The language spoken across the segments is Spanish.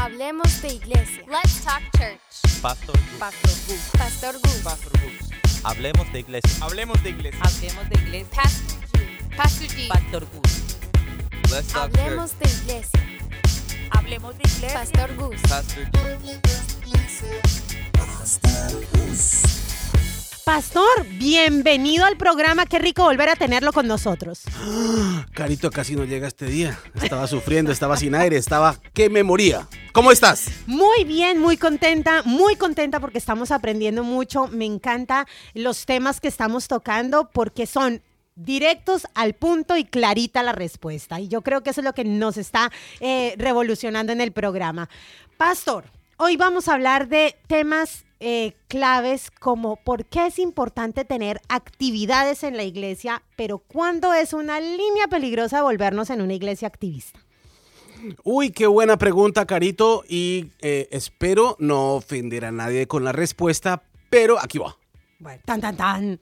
Hablemos de iglesia. Let's talk church. Pastor Gus. Pastor Gus. Pastor Gus. Pastor Gus. Hablemos de iglesia. Hablemos de iglesia. Hablemos de iglesia. Pastor G. Pastor G. Pastor Gus. Let's talk Hablemos church. de iglesia. Hablemos de iglesia. Pastor Gus. Pastor G. Pastor, bienvenido al programa. Qué rico volver a tenerlo con nosotros. Carito casi no llega este día. Estaba sufriendo, estaba sin aire, estaba que me moría. ¿Cómo estás? Muy bien, muy contenta porque estamos aprendiendo mucho. Me encantan los temas que estamos tocando porque son directos al punto y clarita la respuesta. Y yo creo que eso es lo que nos está revolucionando en el programa. Pastor, hoy vamos a hablar de temas claves como por qué es importante tener actividades en la iglesia, pero cuándo es una línea peligrosa de volvernos en una iglesia activista. Uy, qué buena pregunta, Carito. Y espero no ofender a nadie con la respuesta, pero aquí va. Bueno, tan.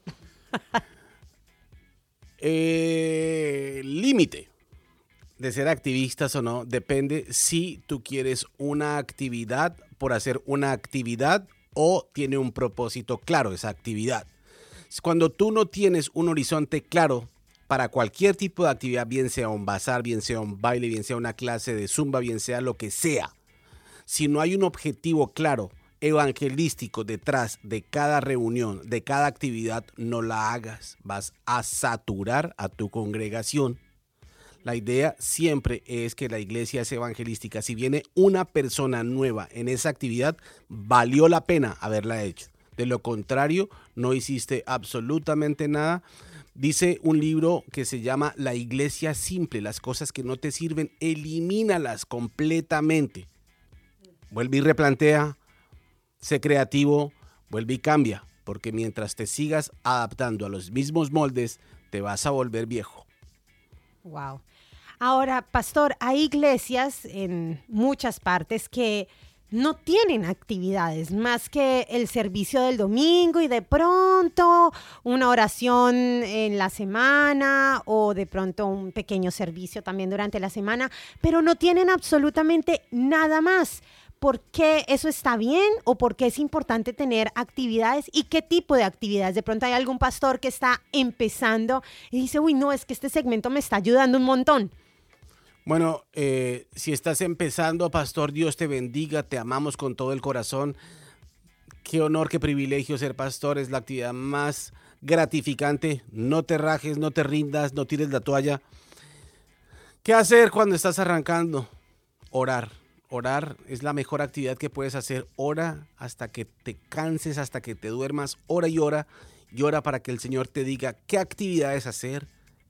Límite de ser activistas o no depende si tú quieres una actividad por hacer una actividad o tiene un propósito claro esa actividad. Cuando tú no tienes un horizonte claro para cualquier tipo de actividad, bien sea un bazar, bien sea un baile, bien sea una clase de zumba, bien sea lo que sea, si no hay un objetivo claro evangelístico detrás de cada reunión, de cada actividad, no la hagas. Vas a saturar a tu congregación. La idea siempre es que la iglesia es evangelística. Si viene una persona nueva en esa actividad, valió la pena haberla hecho. De lo contrario, no hiciste absolutamente nada. Dice un libro que se llama La Iglesia Simple. Las cosas que no te sirven, elimínalas completamente. Vuelve y replantea, sé creativo, vuelve y cambia. Porque mientras te sigas adaptando a los mismos moldes, te vas a volver viejo. Wow. Ahora, pastor, hay iglesias en muchas partes que no tienen actividades más que el servicio del domingo y de pronto una oración en la semana o de pronto un pequeño servicio también durante la semana, pero no tienen absolutamente nada más. ¿Por qué eso está bien o por qué es importante tener actividades y qué tipo de actividades? De pronto hay algún pastor que está empezando y dice, uy, no, es que este segmento me está ayudando un montón. Bueno, si estás empezando, pastor, Dios te bendiga, te amamos con todo el corazón. Qué honor, qué privilegio ser pastor, es la actividad más gratificante. No te rajes, no te rindas, no tires la toalla. ¿Qué hacer cuando estás arrancando? Orar. Orar es la mejor actividad que puedes hacer. Ora hasta que te canses, hasta que te duermas. Ora y ora para que el Señor te diga qué actividades hacer,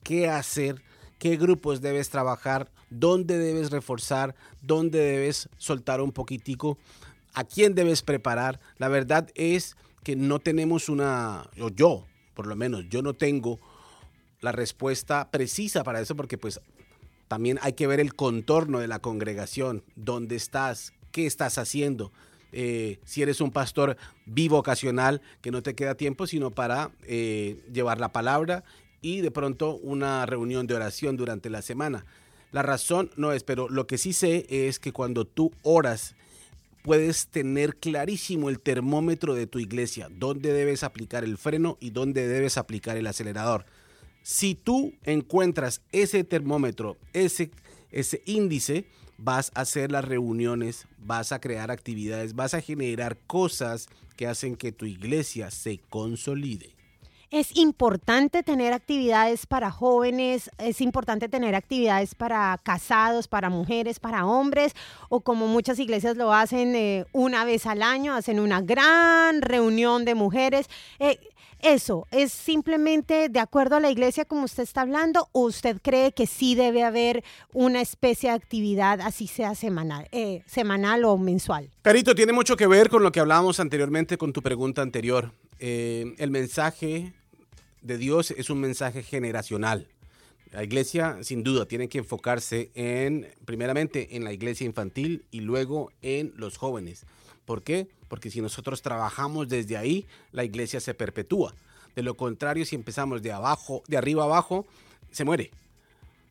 qué grupos debes trabajar, dónde debes reforzar, dónde debes soltar un poquitico, a quién debes preparar. La verdad es que no tenemos o yo, por lo menos, yo no tengo la respuesta precisa para eso porque pues también hay que ver el contorno de la congregación, dónde estás, qué estás haciendo. Si eres un pastor bivocacional que no te queda tiempo sino para llevar la palabra y de pronto una reunión de oración durante la semana. La razón no es, pero lo que sí sé es que cuando tú oras, puedes tener clarísimo el termómetro de tu iglesia, dónde debes aplicar el freno y dónde debes aplicar el acelerador. Si tú encuentras ese termómetro, ese índice, vas a hacer las reuniones, vas a crear actividades, vas a generar cosas que hacen que tu iglesia se consolide. Es importante tener actividades para jóvenes, es importante tener actividades para casados, para mujeres, para hombres, o como muchas iglesias lo hacen una vez al año, hacen una gran reunión de mujeres. ¿Eso es simplemente de acuerdo a la iglesia como usted está hablando o usted cree que sí debe haber una especie de actividad, así sea semanal o mensual? Carito, tiene mucho que ver con lo que hablábamos anteriormente con tu pregunta anterior. El mensaje de Dios es un mensaje generacional. La iglesia, sin duda, tiene que enfocarse primeramente en la iglesia infantil y luego en los jóvenes. ¿Por qué? Porque si nosotros trabajamos desde ahí, la iglesia se perpetúa. De lo contrario, si empezamos de arriba abajo, se muere.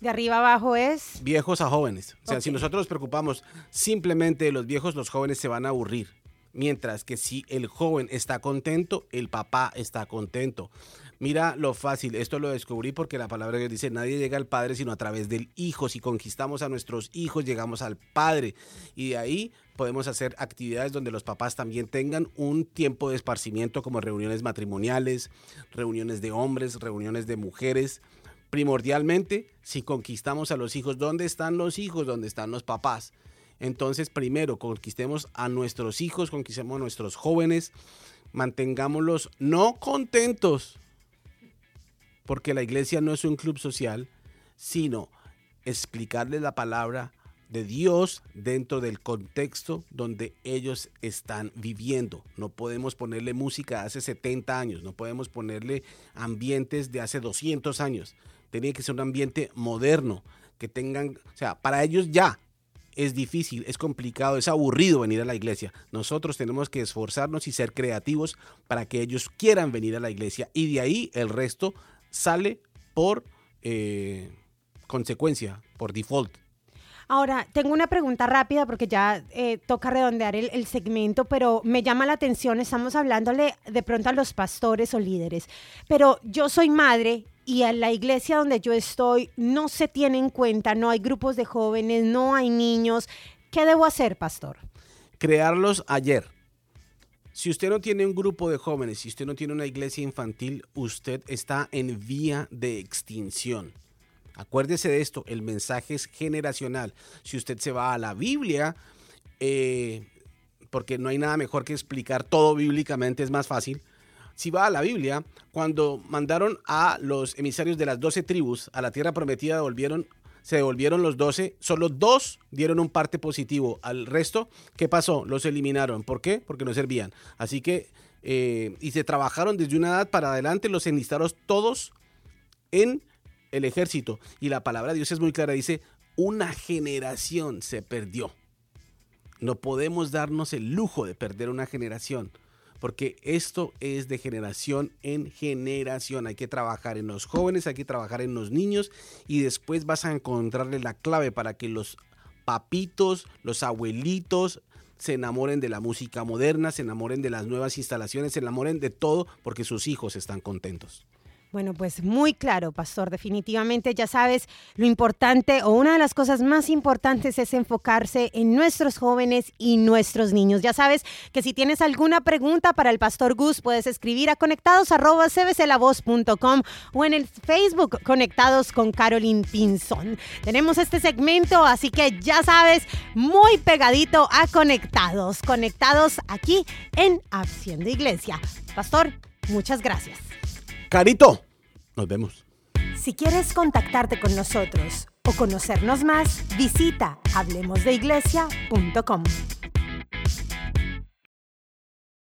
De arriba abajo es... Viejos a jóvenes. O sea, Ok. si nosotros nos preocupamos simplemente de los viejos, los jóvenes se van a aburrir. Mientras que si el joven está contento, el papá está contento. Mira lo fácil, esto lo descubrí porque la palabra de Dios dice, nadie llega al Padre sino a través del Hijo. Si conquistamos a nuestros hijos, llegamos al Padre. Y de ahí podemos hacer actividades donde los papás también tengan un tiempo de esparcimiento, como reuniones matrimoniales, reuniones de hombres, reuniones de mujeres. Primordialmente, si conquistamos a los hijos, ¿dónde están los hijos? ¿Dónde están los papás? Entonces, primero, conquistemos a nuestros hijos, conquistemos a nuestros jóvenes, mantengámoslos no contentos, porque la iglesia no es un club social, sino explicarles la palabra de Dios dentro del contexto donde ellos están viviendo. No podemos ponerle música de hace 70 años, no podemos ponerle ambientes de hace 200 años. Tiene que ser un ambiente moderno, que tengan, o sea, para ellos ya es difícil, es complicado, es aburrido venir a la iglesia. Nosotros tenemos que esforzarnos y ser creativos para que ellos quieran venir a la iglesia y de ahí el resto sale por consecuencia, por default. Ahora, tengo una pregunta rápida porque ya toca redondear el segmento, pero me llama la atención, estamos hablándole de pronto a los pastores o líderes, pero yo soy madre y en la iglesia donde yo estoy no se tiene en cuenta, no hay grupos de jóvenes, no hay niños. ¿Qué debo hacer, pastor? Crearlos ayer. Si usted no tiene un grupo de jóvenes, si usted no tiene una iglesia infantil, usted está en vía de extinción. Acuérdese de esto, el mensaje es generacional. Si usted se va a la Biblia, porque no hay nada mejor que explicar todo bíblicamente, es más fácil. Si va a la Biblia, cuando mandaron a los emisarios de las 12 tribus a la tierra prometida, se devolvieron los 12, solo 2 dieron un parte positivo. Al resto, ¿qué pasó? Los eliminaron. ¿Por qué? Porque no servían. Así que, y se trabajaron desde una edad para adelante, los enlistaron todos en el ejército. Y la palabra de Dios es muy clara, dice, una generación se perdió. No podemos darnos el lujo de perder una generación, porque esto es de generación en generación. Hay que trabajar en los jóvenes, hay que trabajar en los niños y después vas a encontrarle la clave para que los papitos, los abuelitos se enamoren de la música moderna, se enamoren de las nuevas instalaciones, se enamoren de todo porque sus hijos están contentos. Bueno, pues muy claro, pastor. Definitivamente ya sabes, lo importante o una de las cosas más importantes es enfocarse en nuestros jóvenes y nuestros niños. Ya sabes que si tienes alguna pregunta para el pastor Gus, puedes escribir a conectados@cbclavoz.com o en el Facebook Conectados con Caroline Pinzón. Tenemos este segmento, así que ya sabes, muy pegadito a Conectados. Conectados aquí en Haciendo Iglesia. Pastor, muchas gracias. Carito, nos vemos. Si quieres contactarte con nosotros o conocernos más, visita hablemosdeiglesia.com.